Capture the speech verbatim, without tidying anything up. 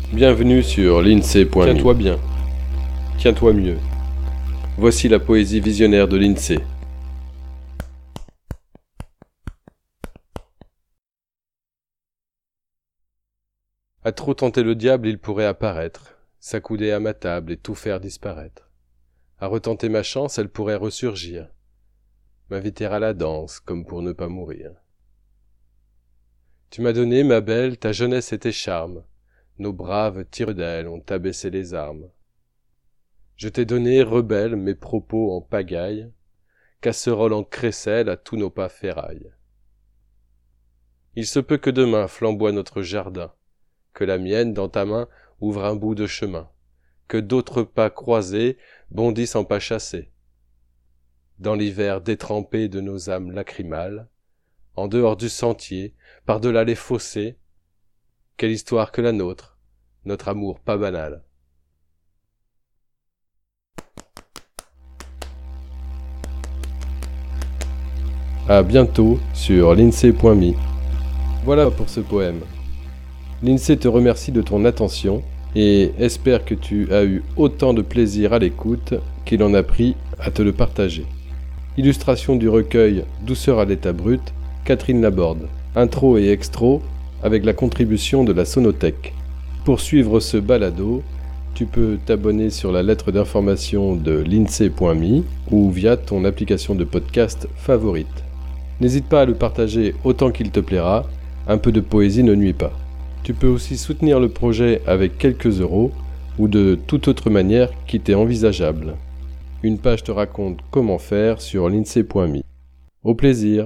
Bienvenue sur l'I N S E E point M I. Tiens-toi bien. Tiens-toi mieux. Voici la poésie visionnaire de l'I N S E E. À trop tenter le diable, il pourrait apparaître, s'accouder à ma table et tout faire disparaître. À retenter ma chance, elle pourrait ressurgir, m'inviter à la danse, comme pour ne pas mourir. Tu m'as donné, ma belle, ta jeunesse et tes charmes, nos braves tire-d'aile ont abaissé les armes. Je t'ai donné, rebelle, mes propos en pagaille, casserole en crécelle à tous nos pas ferraille. Il se peut que demain flamboie notre jardin, que la mienne, dans ta main, ouvre un bout de chemin, que d'autres pas croisés bondissent en pas chassés. Dans l'hiver détrempé de nos âmes lacrymales, en dehors du sentier, par-delà les fossés, quelle histoire que la nôtre, notre amour pas banal. À bientôt sur l'I N S E E point M I. Voilà pour ce poème. L'I N S E E te remercie de ton attention et espère que tu as eu autant de plaisir à l'écoute qu'il en a pris à te le partager. Illustration du recueil Douceur à l'état brut, Catherine Laborde. Intro et extro avec la contribution de la Sonothèque. Pour suivre ce balado, tu peux t'abonner sur la lettre d'information de l'I N S E E point M I ou via ton application de podcast favorite. N'hésite pas à le partager autant qu'il te plaira, un peu de poésie ne nuit pas. Tu peux aussi soutenir le projet avec quelques euros ou de toute autre manière qui t'est envisageable. Une page te raconte comment faire sur l'I N S E E point M I. Au plaisir!